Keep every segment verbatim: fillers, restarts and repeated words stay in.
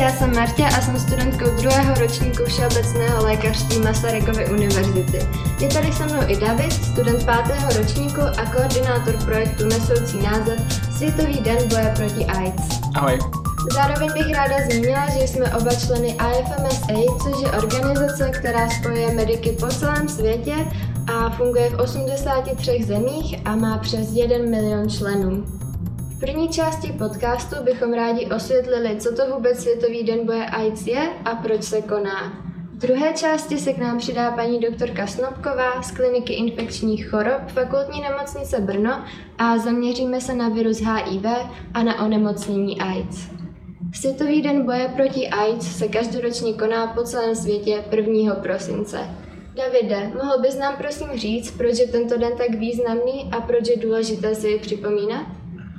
já jsem Marta a jsem studentkou druhého ročníku Všeobecného lékařství Masarykovy univerzity. Je tady se mnou i David, student pátého ročníku a koordinátor projektu nesoucí název Světový den boje proti AIDS. Ahoj. Zároveň bych ráda zmínila, že jsme oba členy I F M S A, což je organizace, která spojuje mediky po celém světě a funguje v osmdesáti třech zemích a má přes jeden milion členů. V první části podcastu bychom rádi osvětlili, co to vůbec Světový den boje AIDS je a proč se koná. V druhé části se k nám přidá paní doktorka Snopková z kliniky infekčních chorob Fakultní nemocnice Brno a zaměříme se na virus H I V a na onemocnění AIDS. Světový den boje proti AIDS se každoročně koná po celém světě prvního prosince. Davide, mohl bys nám prosím říct, proč je tento den tak významný a proč je důležité si ji připomínat?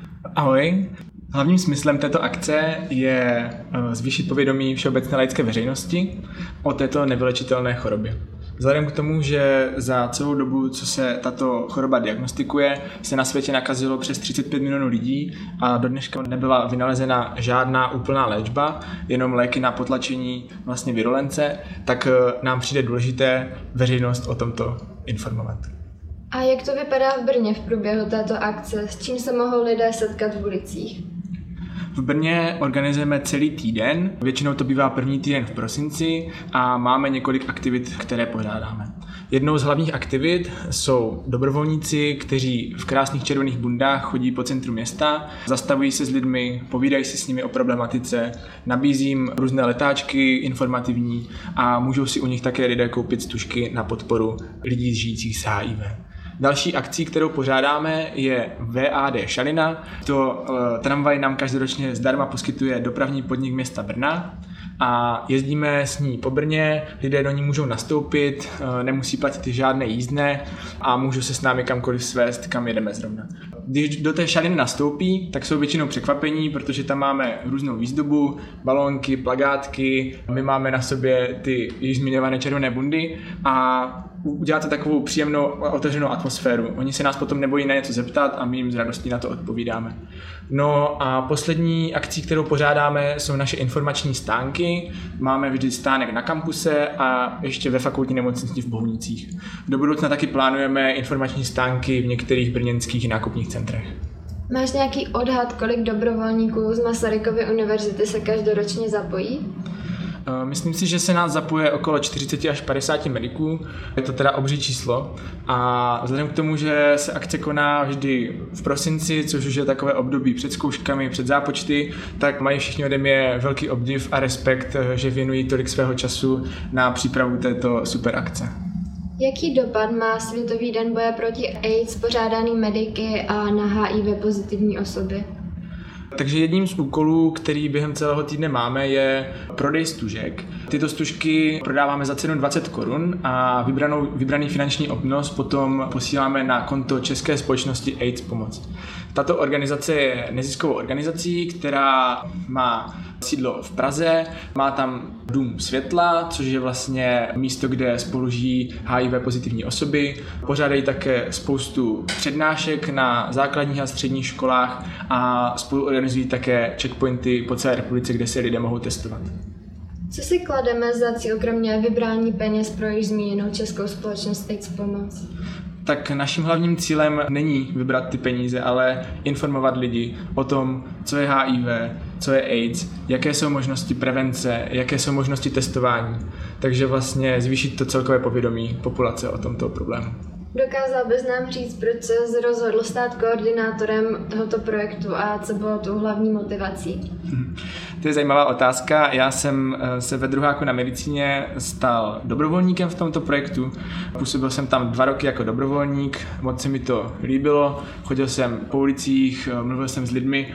Ahoj. Hlavním smyslem této akce je zvýšit povědomí všeobecné laické veřejnosti o této nevylečitelné chorobě. Vzhledem k tomu, že za celou dobu, co se tato choroba diagnostikuje, se na světě nakazilo přes třicet pět milionů lidí a do dneška nebyla vynalezena žádná úplná léčba, jenom léky na potlačení vlastně virulence, tak nám přijde důležité veřejnost o tomto informovat. A jak to vypadá v Brně v průběhu této akce? S čím se mohou lidé setkat v ulicích? V Brně organizujeme celý týden, většinou to bývá první týden v prosinci a máme několik aktivit, které pořádáme. Jednou z hlavních aktivit jsou dobrovolníci, kteří v krásných červených bundách chodí po centru města, zastavují se s lidmi, povídají si s nimi o problematice, nabízím různé letáčky informativní a můžou si u nich také lidé koupit stužky na podporu lidí žijících s H I V. Další akcí, kterou pořádáme, je V A D Šalina. To uh, tramvaj nám každoročně zdarma poskytuje dopravní podnik města Brna a jezdíme s ní po Brně, lidé do ní můžou nastoupit, uh, nemusí platit žádné jízdné a můžou se s námi kamkoliv svést, kam jedeme zrovna. Když do té šaliny nastoupí, tak jsou většinou překvapení, protože tam máme různou výzdobu, balónky, plakátky, my máme na sobě ty již zmiňované červené bundy a uděláte takovou příjemnou a otevřenou atmosféru. Oni se nás potom nebojí na něco zeptat a my jim s radostí na to odpovídáme. No a poslední akcí, kterou pořádáme, jsou naše informační stánky. Máme vždy stánek na kampuse a ještě ve fakultní nemocnici v Bohunicích. Do budoucna taky plánujeme informační stánky v některých brněnských nákupních centrech. Máš nějaký odhad, kolik dobrovolníků z Masarykovy univerzity se každoročně zapojí? Myslím si, že se nás zapojuje okolo čtyřicet až padesát mediků, je to teda obří číslo a vzhledem k tomu, že se akce koná vždy v prosinci, což už je takové období před zkouškami, před zápočty, tak mají všichni ode mě velký obdiv a respekt, že věnují tolik svého času na přípravu této super akce. Jaký dopad má Světový den boje proti AIDS pořádaný mediky a na H I V pozitivní osoby? Takže jedním z úkolů, který během celého týdne máme, je prodej stužek. Tyto stužky prodáváme za cenu dvacet korun a vybranou, vybraný finanční obnos potom posíláme na konto České společnosti AIDS Pomoc. Tato organizace je neziskovou organizací, která má sídlo v Praze, má tam Dům světla, což je vlastně místo, kde spolu žijí H I V pozitivní osoby. Pořádají také spoustu přednášek na základních a středních školách a spolu organizují také checkpointy po celé republice, kde se lidé mohou testovat. Co si klademe za cíl kromě vybrání peněz pro již zmíněnou Českou společnost AIDS Pomoc? Tak naším hlavním cílem není vybrat ty peníze, ale informovat lidi o tom, co je H I V, co je AIDS, jaké jsou možnosti prevence, jaké jsou možnosti testování. Takže vlastně zvýšit to celkové povědomí populace o tomto problému. Dokázal bys nám říct, proč se rozhodl stát koordinátorem tohoto projektu a co bylo tou hlavní motivací? To je zajímavá otázka. Já jsem se ve druháku na medicíně stal dobrovolníkem v tomto projektu. Působil jsem tam dva roky jako dobrovolník, moc se mi to líbilo. Chodil jsem po ulicích, mluvil jsem s lidmi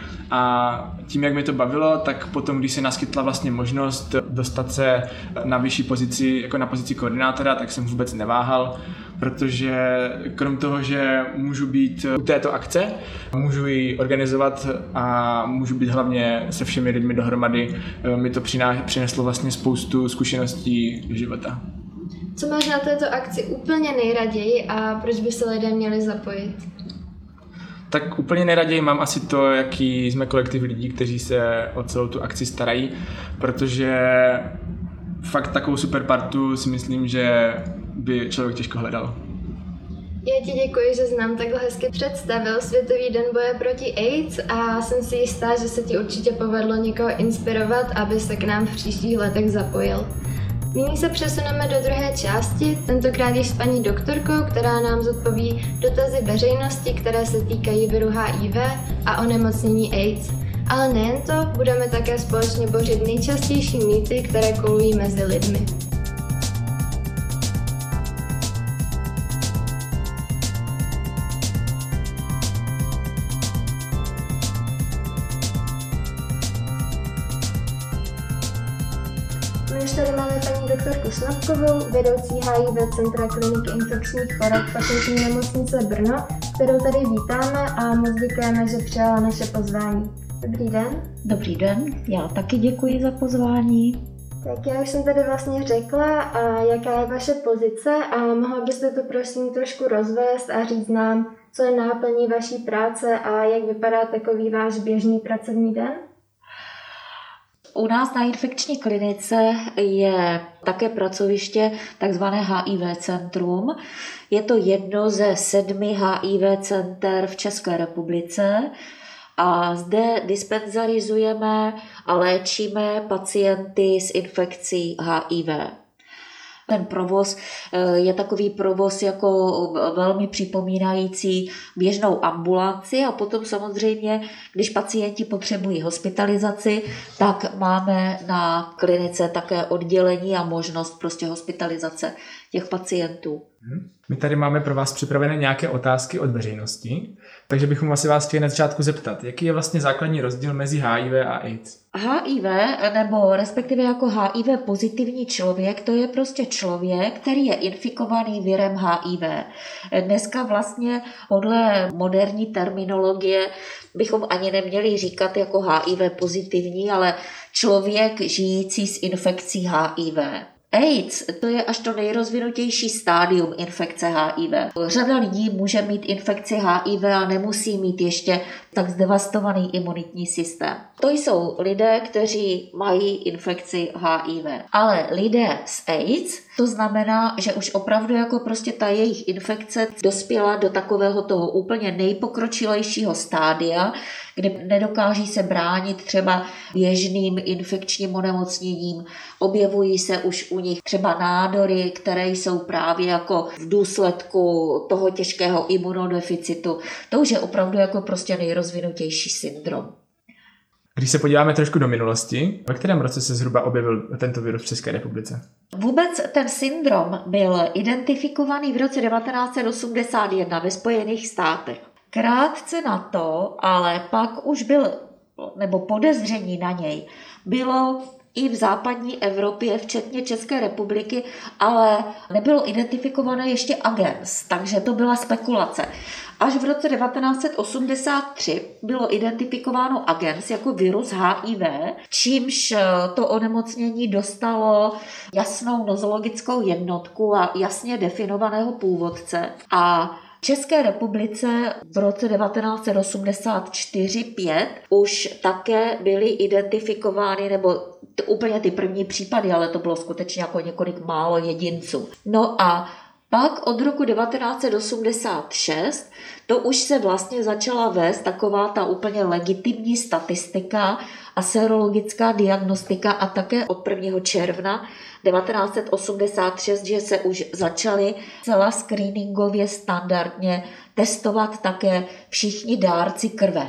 a tím, jak mě to bavilo, tak potom, když se naskytla vlastně možnost dostat se na vyšší pozici, jako na pozici koordinátora, tak jsem vůbec neváhal, protože krom toho, že můžu být u této akce, můžu ji organizovat a můžu být hlavně se všemi lidmi dohromady, mi to přineslo vlastně spoustu zkušeností do života. Co máš na této akci úplně nejraději a proč by se lidé měli zapojit? Tak úplně neraději mám asi to, jaký jsme kolektiv lidí, kteří se o celou tu akci starají, protože fakt takovou super partu si myslím, že by člověk těžko hledal. Já ti děkuji, že jsi nám takhle hezky představil Světový den boje proti AIDS a jsem si jistá, že se ti určitě povedlo někoho inspirovat, aby se k nám v příštích letech zapojil. Nyní se přesuneme do druhé části, tentokrát již s paní doktorkou, která nám zodpoví dotazy veřejnosti, které se týkají viru H I V a onemocnění AIDS. Ale nejen to, budeme také společně bořit nejčastější mýty, které kolují mezi lidmi. My už tady máme paní doktorku Snapkovou, vedoucí H I V Centra kliniky infekčních chorob Fakultní nemocnice Brno, kterou tady vítáme a moc děkujeme, že přijala naše pozvání. Dobrý den. Dobrý den, já taky děkuji za pozvání. Tak já už jsem tady vlastně řekla, a jaká je vaše pozice a mohla byste to prosím trošku rozvést a říct nám, co je náplní vaší práce a jak vypadá takový váš běžný pracovní den? U nás na infekční klinice je také pracoviště tzv. H I V centrum. Je to jedno ze sedmi H I V center v České republice a zde dispenzarizujeme a léčíme pacienty s infekcí H I V. Ten provoz je takový provoz jako velmi připomínající běžnou ambulanci a potom samozřejmě, když pacienti potřebují hospitalizaci, tak máme na klinice také oddělení a možnost prostě hospitalizace těch pacientů. My tady máme pro vás připravené nějaké otázky od veřejnosti, takže bychom asi vás chtěli na začátku zeptat, jaký je vlastně základní rozdíl mezi H I V a AIDS? H I V, nebo respektive jako H I V pozitivní člověk, to je prostě člověk, který je infikovaný virem H I V. Dneska vlastně podle moderní terminologie bychom ani neměli říkat jako H I V pozitivní, ale člověk žijící s infekcí H I V. AIDS, to je až to nejrozvinutější stádium infekce H I V. Řada lidí může mít infekci H I V a nemusí mít ještě tak zdevastovaný imunitní systém. To jsou lidé, kteří mají infekci H I V. Ale lidé s AIDS, to znamená, že už opravdu jako prostě ta jejich infekce dospěla do takového toho úplně nejpokročilejšího stádia, kdy nedokáží se bránit třeba běžným infekčním onemocněním, objevují se už u nich třeba nádory, které jsou právě jako v důsledku toho těžkého imunodeficitu. To už je opravdu jako prostě nejrozvinutější syndrom. Když se podíváme trošku do minulosti, ve kterém roce se zhruba objevil tento virus v České republice? Vůbec ten syndrom byl identifikovaný v roce devatenáct set osmdesát jedna ve Spojených státech. Krátce na to, ale pak už byl, nebo podezření na něj, bylo i v západní Evropě, včetně České republiky, ale nebylo identifikované ještě agens, takže to byla spekulace. Až v roce devatenáct set osmdesát tři bylo identifikováno agens jako virus H I V, čímž to onemocnění dostalo jasnou nozologickou jednotku a jasně definovaného původce. A v České republice v roce devatenáct set osmdesát čtyři pět už také byly identifikovány, nebo t- úplně ty první případy, ale to bylo skutečně jako několik málo jedinců. No a pak od roku devatenáct set osmdesát šest to už se vlastně začala vést taková ta úplně legitimní statistika a serologická diagnostika a také od prvního června devatenáct set osmdesát šest, že se už začaly celá screeningově standardně testovat také všichni dárci krve.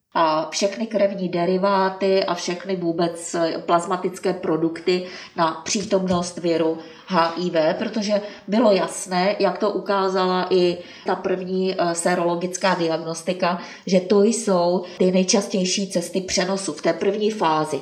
A všechny krevní deriváty a všechny vůbec plazmatické produkty na přítomnost viru H I V, protože bylo jasné, jak to ukázala i ta první serologická diagnostika, že to jsou ty nejčastější cesty přenosu v té první fázi.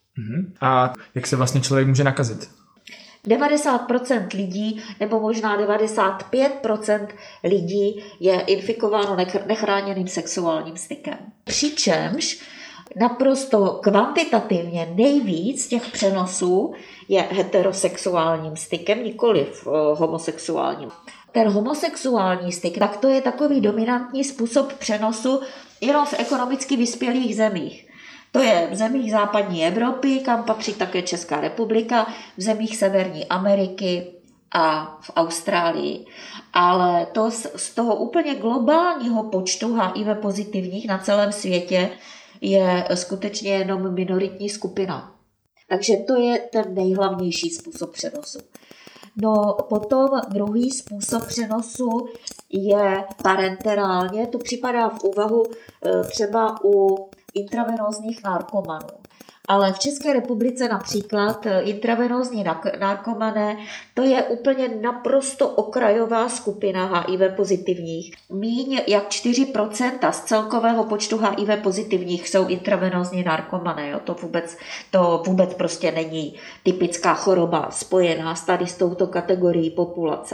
A jak se vlastně člověk může nakazit? devadesát procent lidí, nebo možná devadesát pět procent lidí je infikováno nechráněným sexuálním stykem. Přičemž naprosto kvantitativně nejvíc těch přenosů je heterosexuálním stykem, nikoliv homosexuálním. ten homosexuální styk, tak to je takový dominantní způsob přenosu jenom v ekonomicky vyspělých zemích. To je v zemích západní Evropy, kam patří také Česká republika, v zemích Severní Ameriky a v Austrálii. Ale to z, z toho úplně globálního počtu H I V pozitivních na celém světě je skutečně jenom minoritní skupina. Takže to je ten nejhlavnější způsob přenosu. No potom druhý způsob přenosu je parenterálně, to připadá v úvahu třeba u intravenózních narkomanů. Ale v České republice například intravenózní narkomané, to je úplně naprosto okrajová skupina H I V pozitivních. Míň jak čtyři procenta z celkového počtu H I V pozitivních jsou intravenózní narkomané. Jo? To, vůbec, to vůbec prostě není typická choroba spojená s tady s touto kategorií populace.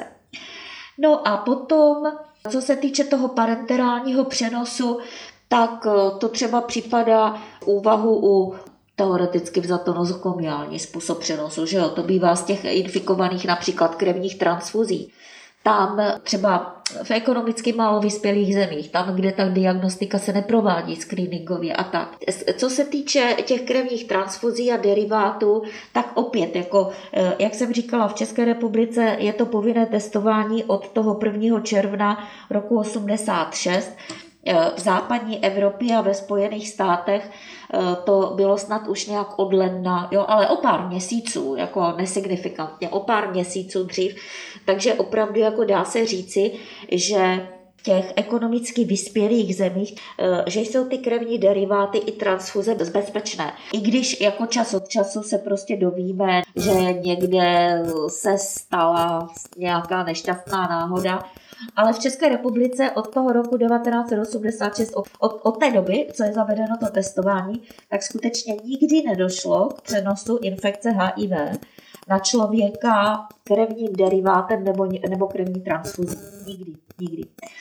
No a potom, co se týče toho parenterálního přenosu, tak to třeba připadá v úvahu u teoreticky vzato nozokomiální způsob přenosu, že jo, to bývá z těch infikovaných například krevních transfuzí. Tam třeba v ekonomicky málo vyspělých zemích, tam, kde ta diagnostika se neprovádí screeningově a tak. Co se týče těch krevních transfuzí a derivátů, tak opět, jako, jak jsem říkala, v České republice je to povinné testování od toho prvního června roku osmdesát šest. V západní Evropě a ve Spojených státech to bylo snad už nějak od ledna, jo, ale o pár měsíců, jako nesignifikantně, o pár měsíců dřív. Takže opravdu jako dá se říci, že v těch ekonomicky vyspělých zemích, že jsou ty krevní deriváty i transfuze bezpečné. I když jako čas od času se prostě dovíme, že někde se stala nějaká nešťastná náhoda, ale v České republice od toho roku devatenáct set osmdesát šest, od, od té doby, co je zavedeno to testování, tak skutečně nikdy nedošlo k přenosu infekce H I V na člověka krevním derivátem nebo, nebo krevní transfuzí. Nikdy, nikdy.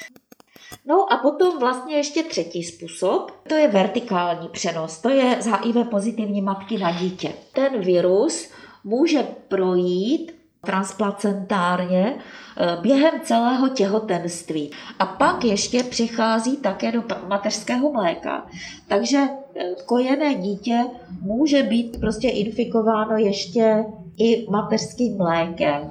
No a potom vlastně ještě třetí způsob, to je vertikální přenos, to je z H I V pozitivní matky na dítě. Ten virus může projít transplacentárně během celého těhotenství. A pak ještě přichází také do mateřského mléka. Takže kojené dítě může být prostě infikováno ještě i mateřským mlékem.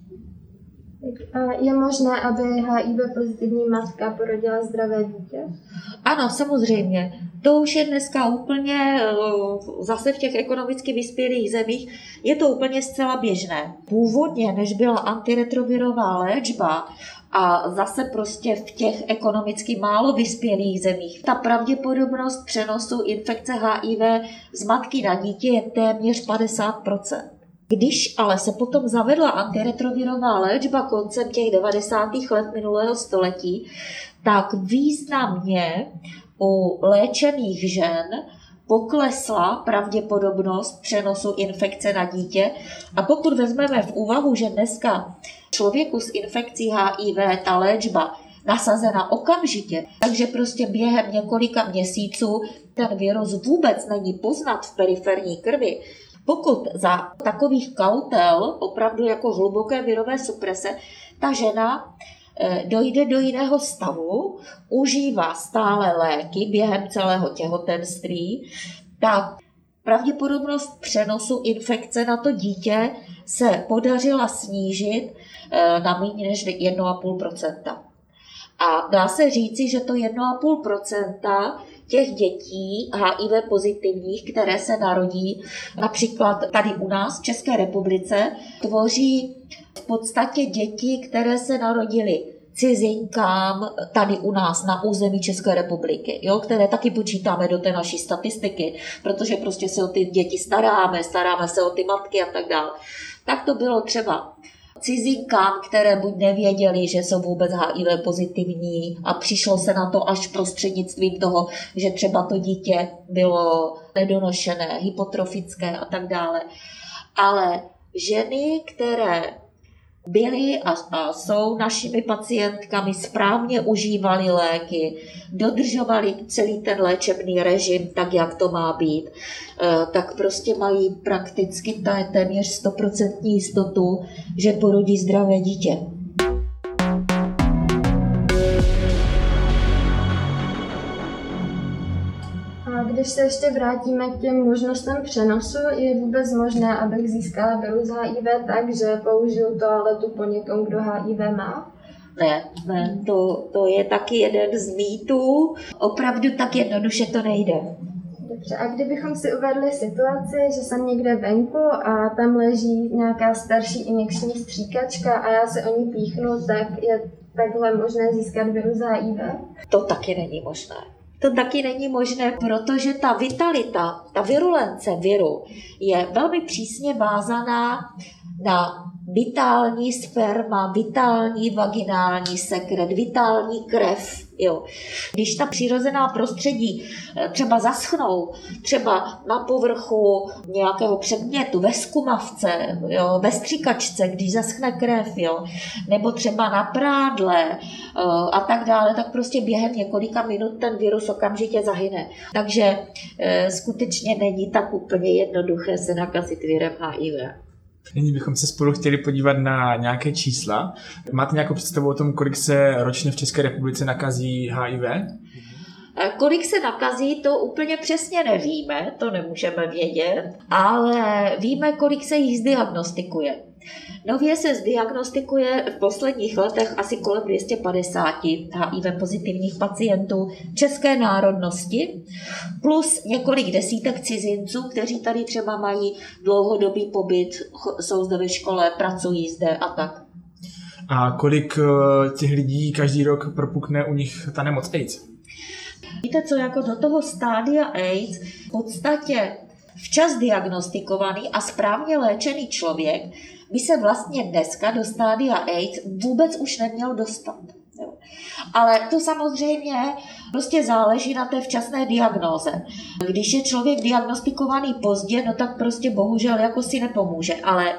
Je možné, aby H I V pozitivní matka porodila zdravé dítě? Ano, samozřejmě. To už je dneska úplně, zase v těch ekonomicky vyspělých zemích, je to úplně zcela běžné. Původně, než byla antiretrovirová léčba, a zase prostě v těch ekonomicky málo vyspělých zemích, ta pravděpodobnost přenosu infekce H I V z matky na dítě je téměř padesát procent. Když ale se potom zavedla antiretrovirová léčba koncem těch devadesátých let minulého století, tak významně u léčených žen poklesla pravděpodobnost přenosu infekce na dítě. A pokud vezmeme v úvahu, že dneska člověku s infekcí H I V ta léčba nasazena okamžitě, takže prostě během několika měsíců ten virus vůbec není poznat v periferní krvi. Pokud za takových kautel, opravdu jako hluboké virové suprese, ta žena dojde do jiného stavu, užívá stále léky během celého těhotenství, tak pravděpodobnost přenosu infekce na to dítě se podařila snížit na méně než jedna celá pět procenta. A dá se říci, že to jedna celá pět procenta těch dětí H I V pozitivních, které se narodí například tady u nás v České republice, tvoří v podstatě děti, které se narodily cizinkám tady u nás na území České republiky, jo, které taky počítáme do té naší statistiky, protože prostě se o ty děti staráme, staráme se o ty matky a tak dále. Tak to bylo třeba cizinkám, které buď nevěděli, že jsou vůbec H I V pozitivní a přišlo se na to až prostřednictvím toho, že třeba to dítě bylo nedonošené, hypotrofické a tak dále. Ale ženy, které byly a, a jsou našimi pacientkami, správně užívali léky, dodržovali celý ten léčebný režim tak, jak to má být, tak prostě mají prakticky téměř sto procent jistotu, že porodí zdravé dítě. když se ještě vrátíme k těm možnostem přenosu, je vůbec možné, abych získala virus H I V tak, že použiju toaletu po někom, kdo H I V má? Ne, ne, to, to je taky jeden z mýtů. Opravdu tak jednoduše to nejde. Dobře, a kdybychom si uvedli situaci, že jsem někde venku a tam leží nějaká starší injekční stříkačka a já se o ní píchnu, tak je takhle možné získat virus H I V? To taky není možné. To taky není možné, protože ta vitalita, ta virulence viru je velmi přísně vázaná na vitální sperma, vitální vaginální sekret, vitální krev. Jo. Když ta přirozená prostředí třeba zaschnou, třeba na povrchu nějakého předmětu, ve zkumavce, jo, ve stříkačce, když zaschne krev, jo, nebo třeba na prádle a tak dále, tak prostě během několika minut ten virus okamžitě zahyne. Takže skutečně není tak úplně jednoduché se nakazit virem H I V. Nyní bychom se spolu chtěli podívat na nějaké čísla. Máte nějakou představu o tom, kolik se ročně v České republice nakazí H I V? Kolik se nakazí, to úplně přesně nevíme, to nemůžeme vědět, ale víme, kolik se jich zdiagnostikuje. Nově se zdiagnostikuje v posledních letech asi kolem dvě stě padesát H I V pozitivních pacientů české národnosti, plus několik desítek cizinců, kteří tady třeba mají dlouhodobý pobyt, jsou zde ve škole, pracují zde a tak. A kolik těch lidí každý rok propukne u nich ta nemoc AIDS? Víte co, jako do toho stádia AIDS v podstatě včas diagnostikovaný a správně léčený člověk by se vlastně dneska do stádia AIDS vůbec už neměl dostat. Jo. Ale to samozřejmě prostě záleží na té včasné diagnóze. Když je člověk diagnostikovaný pozdě, no tak prostě bohužel jako si nepomůže. Ale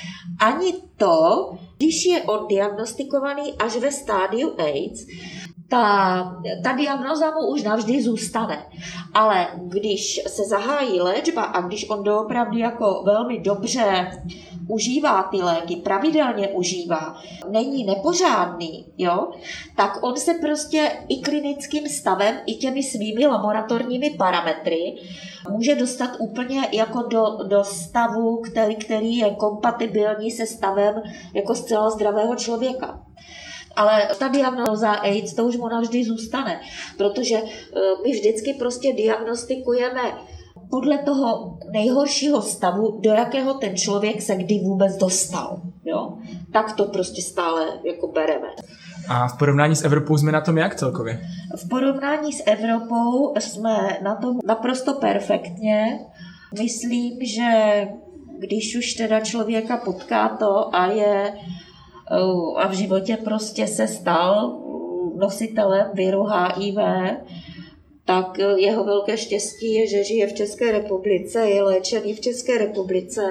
ani to, když je oddiagnostikovaný až ve stádiu AIDS, Ta, ta diagnóza mu už navždy zůstane. Ale když se zahájí léčba a když on doopravdy jako velmi dobře užívá ty léky, pravidelně užívá, není nepořádný, jo, tak on se prostě i klinickým stavem, i těmi svými laboratorními parametry může dostat úplně jako do, do stavu, který, který je kompatibilní se stavem jako zcela zdravého člověka. Ale ta diagnóza AIDS, to už mu navždy zůstane, protože my vždycky prostě diagnostikujeme podle toho nejhoršího stavu, do jakého ten člověk se kdy vůbec dostal. Jo? Tak to prostě stále jako bereme. A v porovnání s Evropou jsme na tom jak celkově? V porovnání s Evropou jsme na tom naprosto perfektně. Myslím, že když už teda člověka potká to a je a v životě prostě se stal nositelem viru H I V, tak jeho velké štěstí je, že žije v České republice, je léčený v České republice,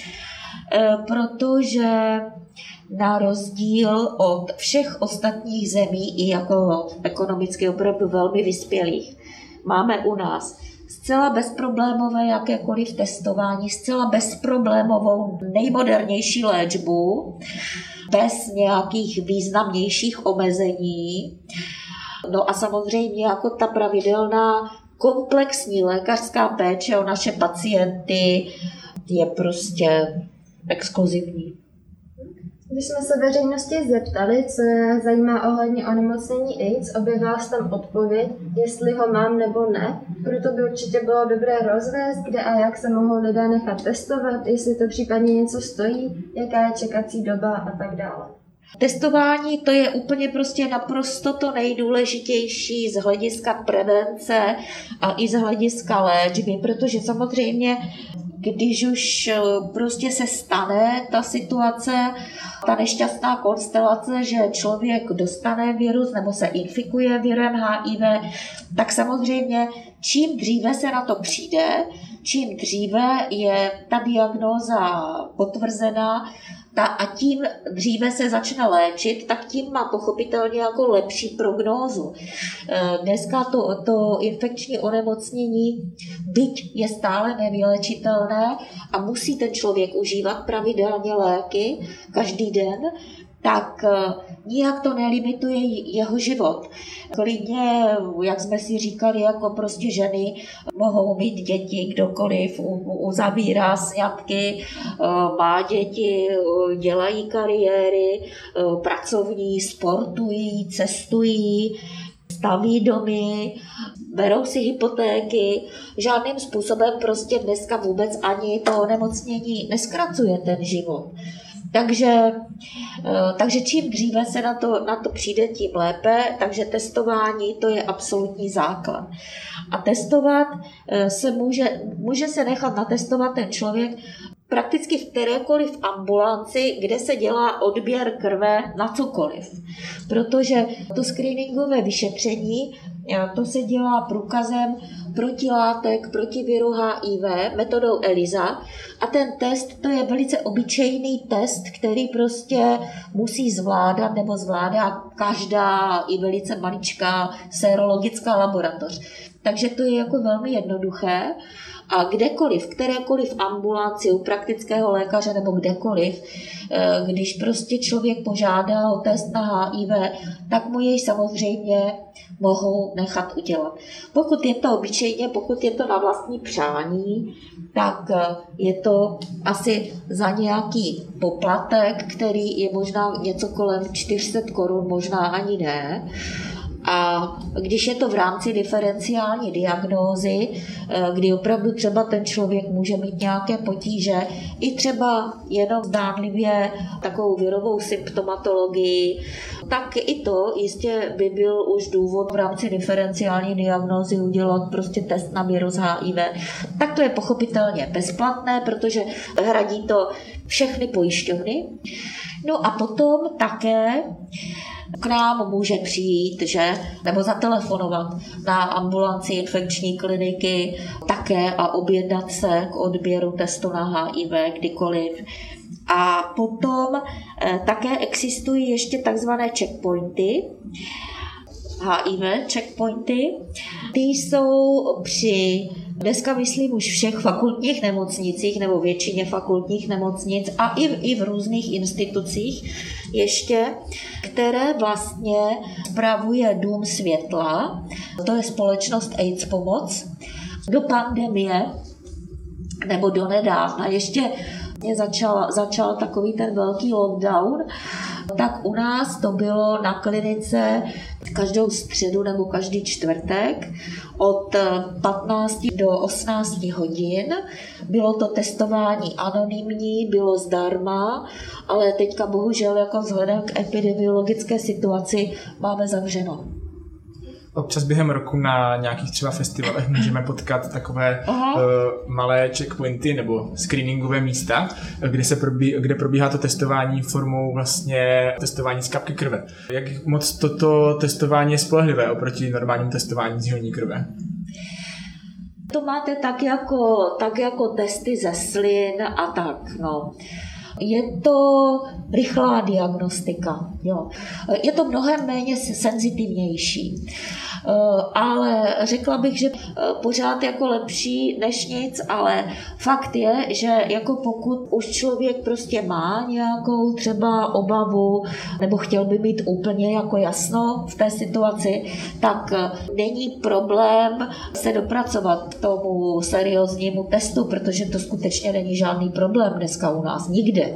protože na rozdíl od všech ostatních zemí, i jako ekonomicky opravdu velmi vyspělých, máme u nás zcela bezproblémové jakékoliv testování, zcela bezproblémovou nejmodernější léčbu, bez nějakých významnějších omezení. No a samozřejmě jako ta pravidelná komplexní lékařská péče o naše pacienty je prostě exkluzivní. Když jsme se veřejnosti zeptali, co je zajímá ohledně onemocnění AIDS, objevila se tam odpověď, jestli ho mám nebo ne. Proto by určitě bylo dobré rozvést, kde a jak se mohou lidé nechat testovat, jestli to případně něco stojí, jaká je čekací doba a tak dále. Testování to je úplně prostě naprosto to nejdůležitější z hlediska prevence a i z hlediska léčby, protože samozřejmě když už prostě se stane ta situace, ta nešťastná konstelace, že člověk dostane virus nebo se infikuje virem H I V, tak samozřejmě čím dříve se na to přijde, čím dříve je ta diagnóza potvrzená, ta, a tím dříve se začne léčit, tak tím má pochopitelně jako lepší prognózu. Dneska to, to infekční onemocnění, byť je stále nevylečitelné a musí ten člověk užívat pravidelně léky každý den, tak nijak to nelimituje jeho život. Klidně, jak jsme si říkali, jako prostě ženy mohou mít děti, kdokoliv uzavírá sňatky, má děti, dělají kariéry, pracovní, sportují, cestují, staví domy, berou si hypotéky, žádným způsobem prostě dneska vůbec ani to onemocnění neskracuje ten život. Takže, takže čím dříve se na to, na to přijde, tím lépe, takže testování to je absolutní základ. A testovat se může, může se nechat natestovat ten člověk prakticky v kterékoliv ambulanci, kde se dělá odběr krve na cokoliv. Protože to screeningové vyšetření, to se dělá průkazem protilátek proti viru H I V metodou ELISA a ten test to je velice obyčejný test, který prostě musí zvládat nebo zvládá každá i velice maličká sérologická laboratoř. Takže to je jako velmi jednoduché. A kdekoliv, v kterékoliv ambulanci, u praktického lékaře nebo kdekoliv, když prostě člověk požádá o test na H I V, tak mu jej samozřejmě mohou nechat udělat. Pokud je to obyčejně, pokud je to na vlastní přání, tak je to asi za nějaký poplatek, který je možná něco kolem čtyři sta korun, možná ani ne. A když je to v rámci diferenciální diagnózy, kdy opravdu třeba ten člověk může mít nějaké potíže, i třeba jenom zdánlivě takovou virovou symptomatologii, tak i to jistě by byl už důvod v rámci diferenciální diagnózy udělat prostě test na virus H I V. Tak to je pochopitelně bezplatné, protože hradí to všechny pojišťovny. No a potom také k nám může přijít, že, nebo zatelefonovat na ambulanci infekční kliniky také a objednat se k odběru testu na H I V kdykoliv. A potom eh, také existují ještě takzvané checkpointy, H I V checkpointy. Ty jsou při, dneska myslím už všech fakultních nemocnicích nebo většině fakultních nemocnic a i, i v různých institucích ještě, které vlastně spravuje Dům světla, to je společnost AIDS Pomoc. Do pandemie nebo do nedávna ještě začal, začal takový ten velký lockdown, tak u nás to bylo na klinice každou středu nebo každý čtvrtek od patnácti do osmnácti hodin. Bylo to testování anonymní, bylo zdarma, ale teďka bohužel jako vzhledem k epidemiologické situaci máme zavřeno. Občas během roku na nějakých třeba festivalech můžeme potkat takové uh, malé checkpointy nebo screeningové místa, kde, se probí, kde probíhá to testování formou vlastně testování z kapky krve. Jak moc toto testování je spolehlivé oproti normálnímu testování z žihoní krve? To máte tak jako, tak jako testy ze slin a tak, no. Je to rychlá diagnostika. Jo. Je to mnohem méně senzitivnější. Ale řekla bych, že pořád jako lepší než nic, ale fakt je, že jako pokud už člověk prostě má nějakou třeba obavu nebo chtěl by mít úplně jako jasno v té situaci, tak není problém se dopracovat k tomu serióznímu testu, protože to skutečně není žádný problém dneska u nás, nikde.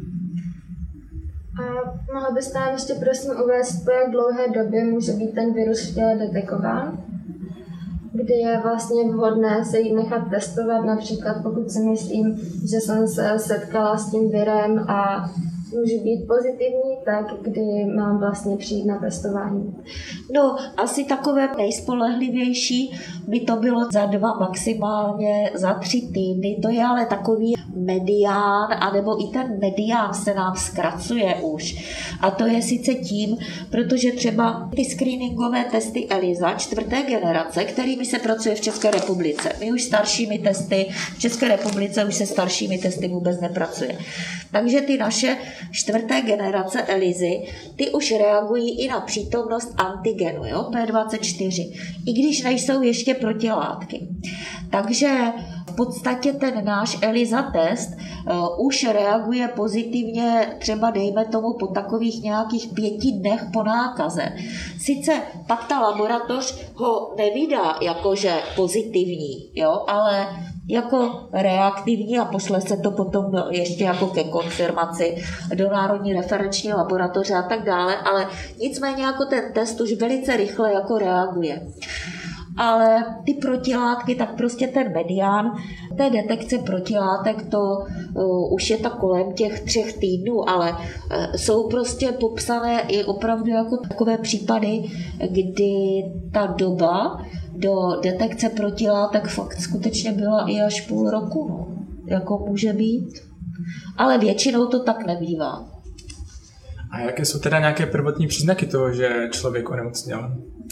A mohla byste nám ještě prosím uvést, po jak dlouhé době může být ten virus v těle detekován? Kdy je vlastně vhodné se jít nechat testovat, například pokud si myslím, že jsem se setkala s tím virem a můžu být pozitivní, tak kdy mám vlastně přijít na testování? No, asi takové nejspolehlivější by to bylo za dva, maximálně za tři týdny. To je ale takový medián, anebo i ten medián se nám zkracuje už. A to je sice tím, protože třeba ty screeningové testy ELISA čtvrté generace, kterými se pracuje v České republice. My už staršími testy, v České republice už se staršími testy vůbec nepracuje. Takže ty naše čtvrté generace ELISy, ty už reagují i na přítomnost antigenu, jo, P dvacet čtyři, i když nejsou ještě protilátky. Takže v podstatě ten náš ELISA test uh, už reaguje pozitivně třeba dejme tomu po takových nějakých pěti dnech po nákaze. Sice pak ta laboratoř ho nevydá jakože pozitivní, jo, ale jako reaktivní a pošle se to potom ještě jako ke konfirmaci do Národní referenční laboratoře a tak dále, ale nicméně jako ten test už velice rychle jako reaguje. Ale ty protilátky, tak prostě ten medián té detekce protilátek, to uh, už je tak kolem těch třech týdnů, ale uh, jsou prostě popsané i opravdu jako takové případy, kdy ta doba do detekce protilátek fakt skutečně byla i až půl roku, no. Jako může být. Ale většinou to tak nebývá. A jaké jsou teda nějaké prvotní příznaky toho, že člověk onemocněl?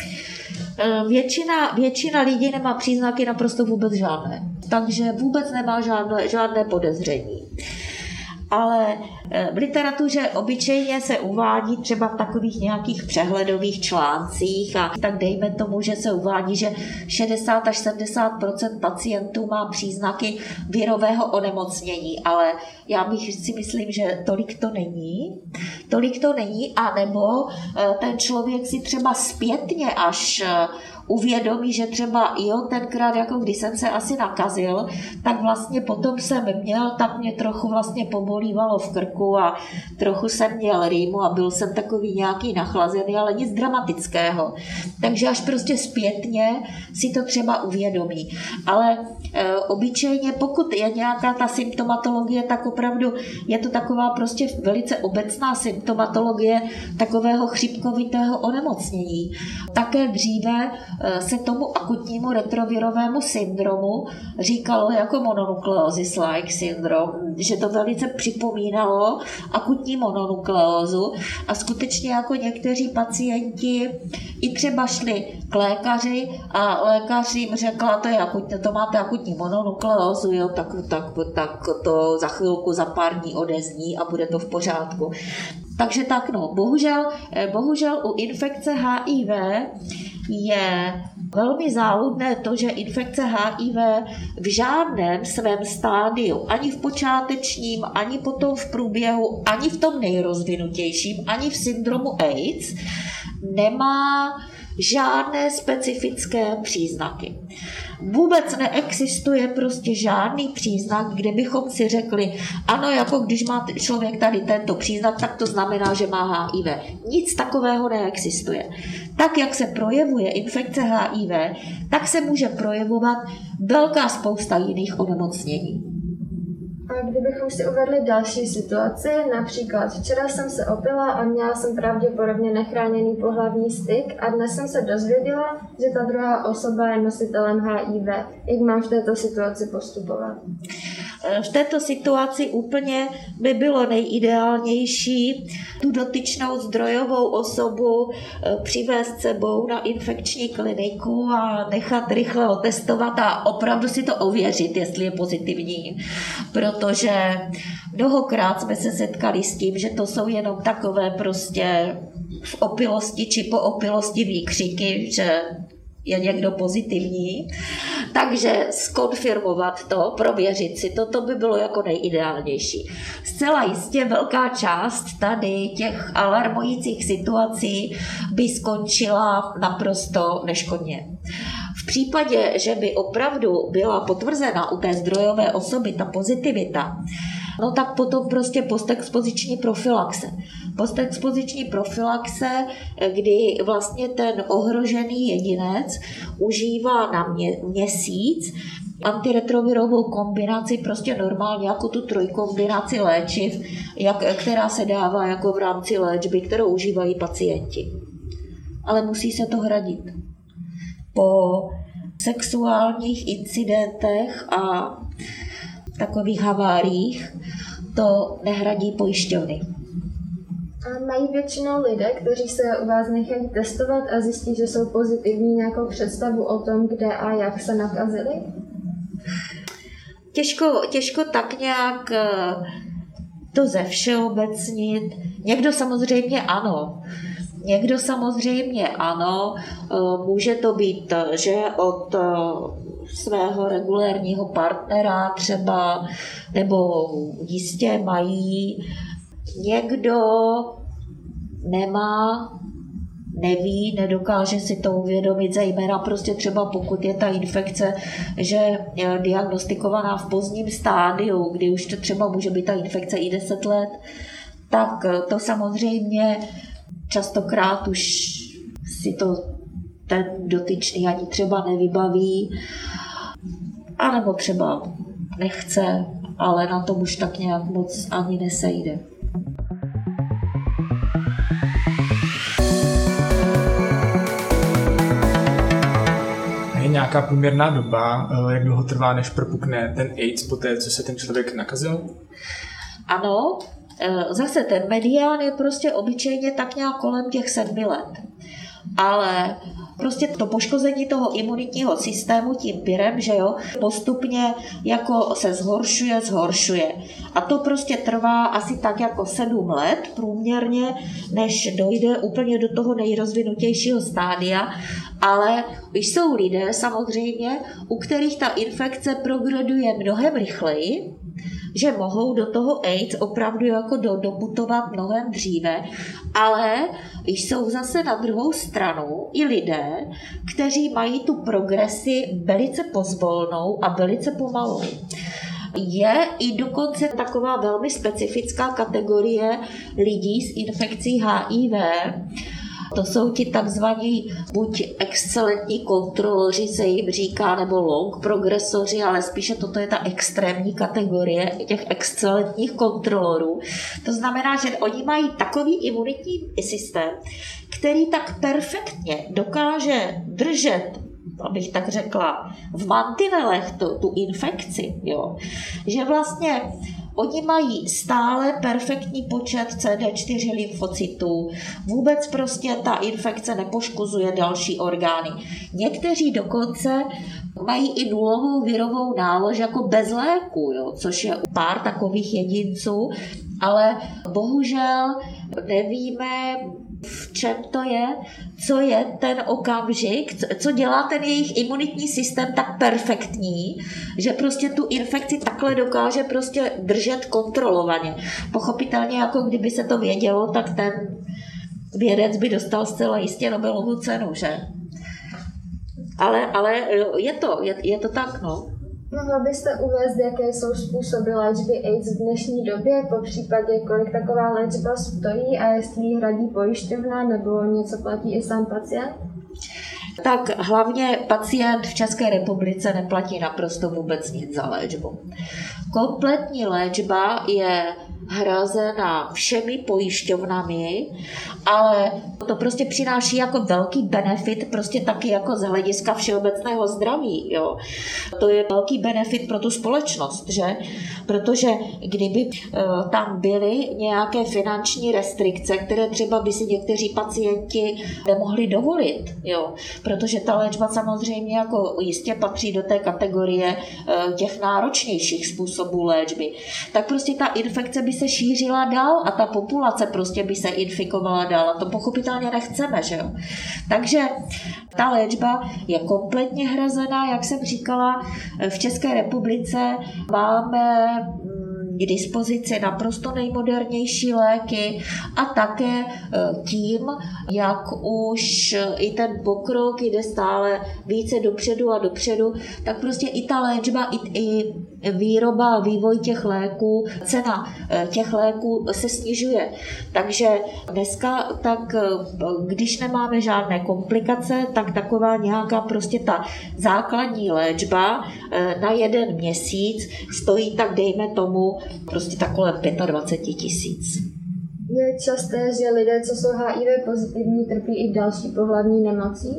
Většina, většina lidí nemá příznaky naprosto vůbec žádné. Takže vůbec nemá žádné, žádné podezření. Ale v literatuře obyčejně se uvádí třeba v takových nějakých přehledových článcích a tak dejme tomu, že se uvádí, že šedesát až sedmdesát procent pacientů má příznaky virového onemocnění, ale já bych si myslím, že tolik to není. Tolik to není, anebo ten člověk si třeba zpětně až uvědomí, že třeba jo, tenkrát, jako když jsem se asi nakazil, tak vlastně potom jsem měl, tak mě trochu vlastně pobolívalo v krku a trochu jsem měl rýmu a byl jsem takový nějaký nachlazený, ale nic dramatického. Takže až prostě zpětně si to třeba uvědomí. Ale e, obyčejně, pokud je nějaká ta symptomatologie, tak opravdu je to taková prostě velice obecná symptomatologie takového chřipkovitého onemocnění. Také dříve se tomu akutnímu retrovirovému syndromu říkalo jako mononukleosis-like syndrom, že to velice připomínalo akutní mononukleózu a skutečně jako někteří pacienti i třeba šli k lékaři a lékař jim řekla, to, je akutní, to máte akutní mononukleózu, jo, tak, tak, tak to za chvilku, za pár dní odezní a bude to v pořádku. Takže tak no, bohužel, bohužel u infekce H I V je velmi záludné to, že infekce H I V v žádném svém stádiu, ani v počátečním, ani potom v průběhu, ani v tom nejrozvinutějším, ani v syndromu AIDS, nemá žádné specifické příznaky. Vůbec neexistuje prostě žádný příznak, kde bychom si řekli, ano, jako když má člověk tady tento příznak, tak to znamená, že má H I V. Nic takového neexistuje. Tak, jak se projevuje infekce H I V, tak se může projevovat velká spousta jiných onemocnění. A kdybychom si uvedli další situaci, například včera jsem se opila a měla jsem pravděpodobně nechráněný pohlavní styk a dnes jsem se dozvěděla, že ta druhá osoba je nositelem H I V. Jak mám v této situaci postupovat? V této situaci úplně by bylo nejideálnější tu dotyčnou zdrojovou osobu přivést sebou na infekční kliniku a nechat rychle otestovat a opravdu si to ověřit, jestli je pozitivní. Protože mnohokrát jsme se setkali s tím, že to jsou jenom takové prostě v opilosti či po opilosti výkřiky, že je někdo pozitivní, takže zkonfirmovat to, prověřit si to, to by bylo jako nejideálnější. Zcela jistě velká část tady těch alarmujících situací by skončila naprosto neškodně. V případě, že by opravdu byla potvrzena u té zdrojové osoby ta pozitivita, no tak potom prostě postexpoziční profylaxe. Postexpoziční profylaxe, kdy vlastně ten ohrožený jedinec užívá na mě, měsíc antiretrovirovou kombinaci, prostě normálně jako tu trojkombinaci léčiv, jak, která se dává jako v rámci léčby, kterou užívají pacienti. Ale musí se to hradit. Po sexuálních incidentech a takových haváriích to nehradí pojišťovny. A mají většinou lidé, kteří se u vás nechají testovat a zjistí, že jsou pozitivní, nějakou představu o tom, kde a jak se nakazili? Těžko, těžko tak nějak to zevšeobecnit. Někdo samozřejmě ano. Někdo samozřejmě ano. Může to být, že od svého regulérního partnera třeba, nebo jistě mají. Někdo nemá, neví, nedokáže si to uvědomit, zejména prostě třeba pokud je ta infekce, že je diagnostikovaná v pozdním stádiu, kdy už to třeba může být ta infekce i deset let, tak to samozřejmě častokrát už si to ten dotyčný ani třeba nevybaví, anebo třeba nechce, ale na tom už tak nějak moc ani nesejde. Je nějaká průměrná doba, jak dlouho trvá, než propukne ten AIDS po té, co se ten člověk nakazil? Ano, zase ten medián je prostě obyčejně tak nějak kolem těch sedmi let. Ale prostě to poškození toho imunitního systému tím virem, že jo, postupně jako se zhoršuje, zhoršuje. A to prostě trvá asi tak jako sedm let průměrně, než dojde úplně do toho nejrozvinutějšího stádia. Ale jsou lidé samozřejmě, u kterých ta infekce progreduje mnohem rychleji, že mohou do toho AIDS opravdu jako do, doputovat mnohem dříve, ale jsou zase na druhou stranu i lidé, kteří mají tu progresi velice pozvolnou a velice pomalou. Je i dokonce taková velmi specifická kategorie lidí s infekcí H I V. To jsou ti takzvaní buď excelentní kontroloři, se jim říká, nebo long progresoři, ale spíše toto je ta extrémní kategorie těch excelentních kontrolorů. To znamená, že oni mají takový imunitní systém, který tak perfektně dokáže držet, abych tak řekla, v mantinelech tu, tu infekci, jo, že vlastně oni mají stále perfektní počet C D čtyři lymfocytů. Vůbec prostě ta infekce nepoškozuje další orgány. Někteří dokonce mají i nulovou virovou nálož jako bez léku, jo, což je pár takových jedinců, ale bohužel nevíme, v čem to je, co je ten okamžik, co dělá ten jejich imunitní systém tak perfektní, že prostě tu infekci takhle dokáže prostě držet kontrolovaně. Pochopitelně, jako kdyby se to vědělo, tak ten vědec by dostal zcela jistě Nobelovu cenu, že? Ale, ale je to, je, je to tak, no. Mohla byste uvést, jaké jsou způsoby léčby AIDS v dnešní době, po případě kolik taková léčba stojí a jestli ji hradí pojišťovna nebo něco platí i sám pacient? Tak hlavně pacient v České republice neplatí naprosto vůbec nic za léčbu. Kompletní léčba je hrazena všemi pojišťovnami, ale to prostě přináší jako velký benefit, prostě taky jako z hlediska všeobecného zdraví. Jo. To je velký benefit pro tu společnost, že? Protože kdyby uh, tam byly nějaké finanční restrikce, které třeba by si někteří pacienti nemohli dovolit, jo. Protože ta léčba samozřejmě jako jistě patří do té kategorie uh, těch náročnějších způsobů léčby, tak prostě ta infekce by se šířila dál a ta populace prostě by se infikovala dál a to pochopitelně nechceme, že jo. Takže ta léčba je kompletně hrazená, jak jsem říkala, v České republice máme k dispozici naprosto nejmodernější léky a také tím, jak už i ten pokrok jde stále více dopředu a dopředu, tak prostě i ta léčba, i, i výroba a vývoj těch léků, cena těch léků se snižuje. Takže dneska, tak když nemáme žádné komplikace, tak taková nějaká prostě ta základní léčba na jeden měsíc stojí tak dejme tomu prostě tak kolem dvacet pět tisíc. Je časté, že lidé, co jsou H I V pozitivní, trpí i další pohlavní nemocí?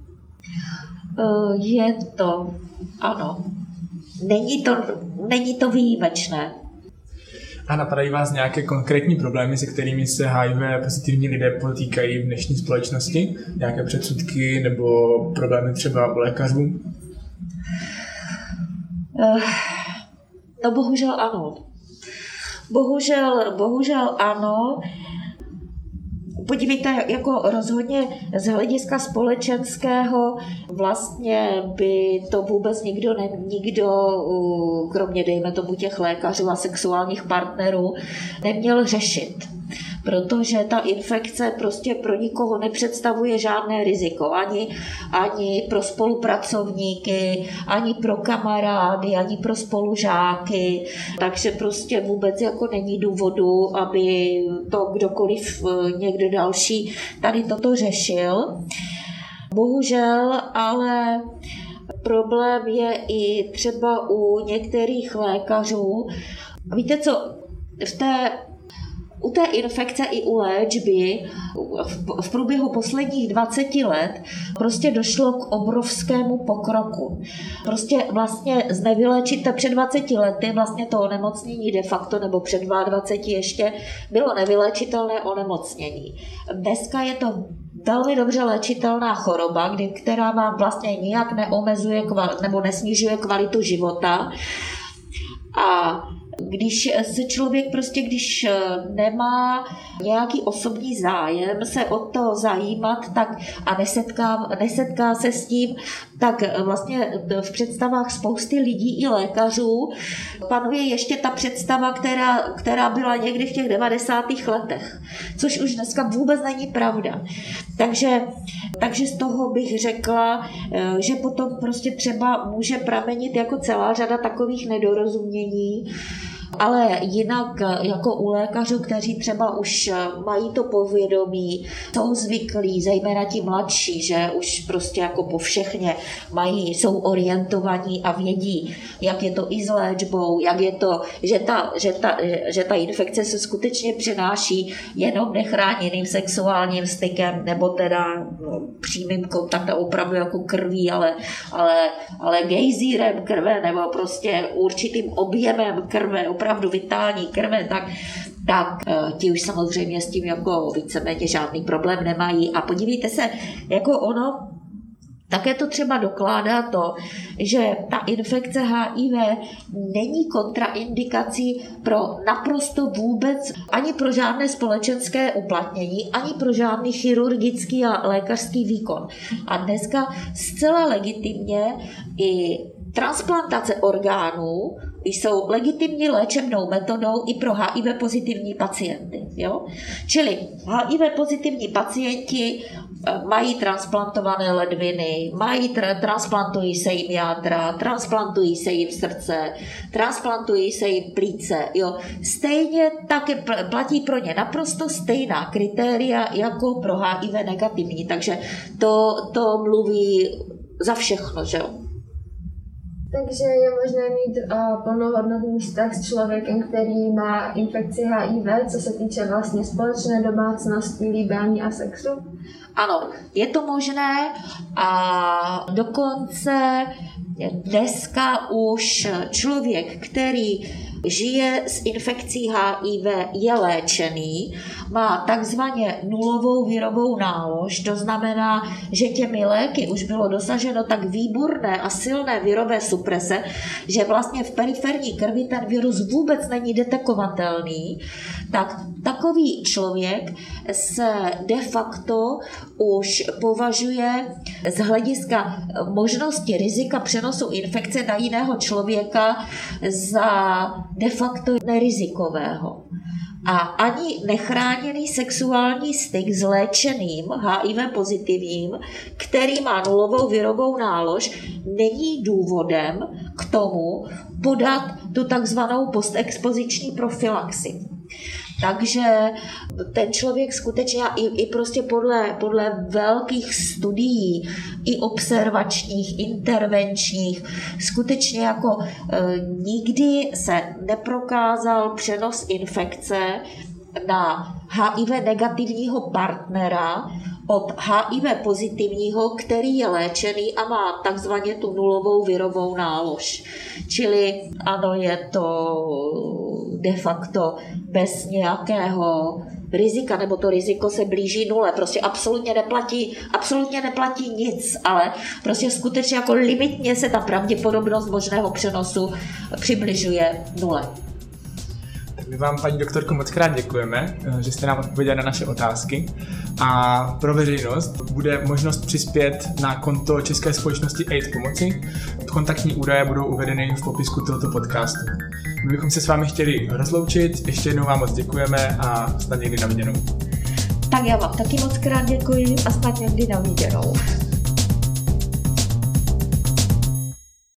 Je to, ano. Není to, není to výjimečné. A napadají vás nějaké konkrétní problémy, se kterými se H I V pozitivní lidé potýkají v dnešní společnosti? Nějaké předsudky nebo problémy třeba u lékařů? No bohužel ano. Bohužel, bohužel ano. podívejte, jako rozhodně z hlediska společenského vlastně by to vůbec nikdo, ne, nikdo kromě dejme tomu těch lékařů a sexuálních partnerů neměl řešit. Protože ta infekce prostě pro nikoho nepředstavuje žádné riziko. Ani, ani pro spolupracovníky, ani pro kamarády, ani pro spolužáky. Takže prostě vůbec jako není důvodu, aby to kdokoliv někdo další tady toto řešil. Bohužel, ale problém je i třeba u některých lékařů. Víte co, v té U té infekce i u léčby v průběhu posledních dvaceti let prostě došlo k obrovskému pokroku. Prostě vlastně z nevyléčité před dvaceti lety vlastně to onemocnění de facto, nebo před dvaceti ještě, bylo nevyléčitelné onemocnění. Dneska je to velmi dobře léčitelná choroba, kdy, která vám vlastně nijak neomezuje nebo nesnižuje kvalitu života. A když se člověk prostě, když nemá nějaký osobní zájem se o to zajímat tak a nesetká, nesetká se s tím, tak vlastně v představách spousty lidí i lékařů panuje ještě ta představa, která, která byla někdy v těch devadesátých letech, což už dneska vůbec není pravda. Takže, takže z toho bych řekla, že potom prostě třeba může pramenit jako celá řada takových nedorozumění, ale jinak jako u lékařů, kteří třeba už mají to povědomí, jsou zvyklí, zejména ti mladší, že už prostě jako povšechně mají, jsou orientovaní a vědí, jak je to i s léčbou, jak je to, že ta, že ta, že ta infekce se skutečně přenáší jenom nechráněným sexuálním stykem, nebo teda no, přímým kontaktem opravdu jako krví, ale, ale, ale gejzírem krve, nebo prostě určitým objemem krve, opravdu vitální krve, tak, tak ti už samozřejmě s tím jako víceméně žádný problém nemají. A podívejte se, jako ono, také to třeba dokládá to, že ta infekce H I V není kontraindikací pro naprosto vůbec, ani pro žádné společenské uplatnění, ani pro žádný chirurgický a lékařský výkon. A dneska zcela legitimně i transplantace orgánů jsou legitimní léčebnou metodou i pro H I V pozitivní pacienty. Jo? Čili H I V pozitivní pacienti mají transplantované ledviny, mají tra- transplantují se jim jádra, transplantují se jim srdce, transplantují se jim plíce. Jo? Stejně také platí pro ně naprosto stejná kritéria jako pro H I V negativní, takže to, to mluví za všechno, že jo? Takže je možné mít uh, plnohodnotný vztah s člověkem, který má infekci H I V, co se týče vlastně společné domácnosti, líbání a sexu? Ano, je to možné a dokonce dneska už člověk, který žije s infekcí H I V, je léčený, má takzvaně nulovou virovou nálož, to znamená, že těmi léky už bylo dosaženo tak výborné a silné virové suprese, že vlastně v periferní krvi ten virus vůbec není detekovatelný, tak takový člověk se de facto už považuje z hlediska možnosti rizika přenosu infekce na jiného člověka za de facto nerizikového. A ani nechráněný sexuální styk s léčeným H I V pozitivním, který má nulovou virovou nálož, není důvodem k tomu podat tu takzvanou postexpoziční profilaxi. Takže ten člověk skutečně i, i prostě podle, podle velkých studií, i observačních, intervenčních, skutečně jako e, nikdy se neprokázal přenos infekce na H I V negativního partnera od H I V pozitivního, který je léčený a má takzvaně tu nulovou virovou nálož. Čili ano, je to de facto bez nějakého rizika, nebo to riziko se blíží nule. Prostě absolutně neplatí, absolutně neplatí nic, ale prostě skutečně jako limitně se ta pravděpodobnost možného přenosu přibližuje nule. My vám, paní doktorko, moc krát děkujeme, že jste nám odpověděli na naše otázky a pro veřejnost bude možnost přispět na konto České společnosti AIDS pomoci. Kontaktní údaje budou uvedeny v popisku tohoto podcastu. My bychom se s vámi chtěli rozloučit, ještě jednou vám moc děkujeme a snad někdy na viděnou. Tak já vám taky moc krát děkuji a snad někdy na viděnou.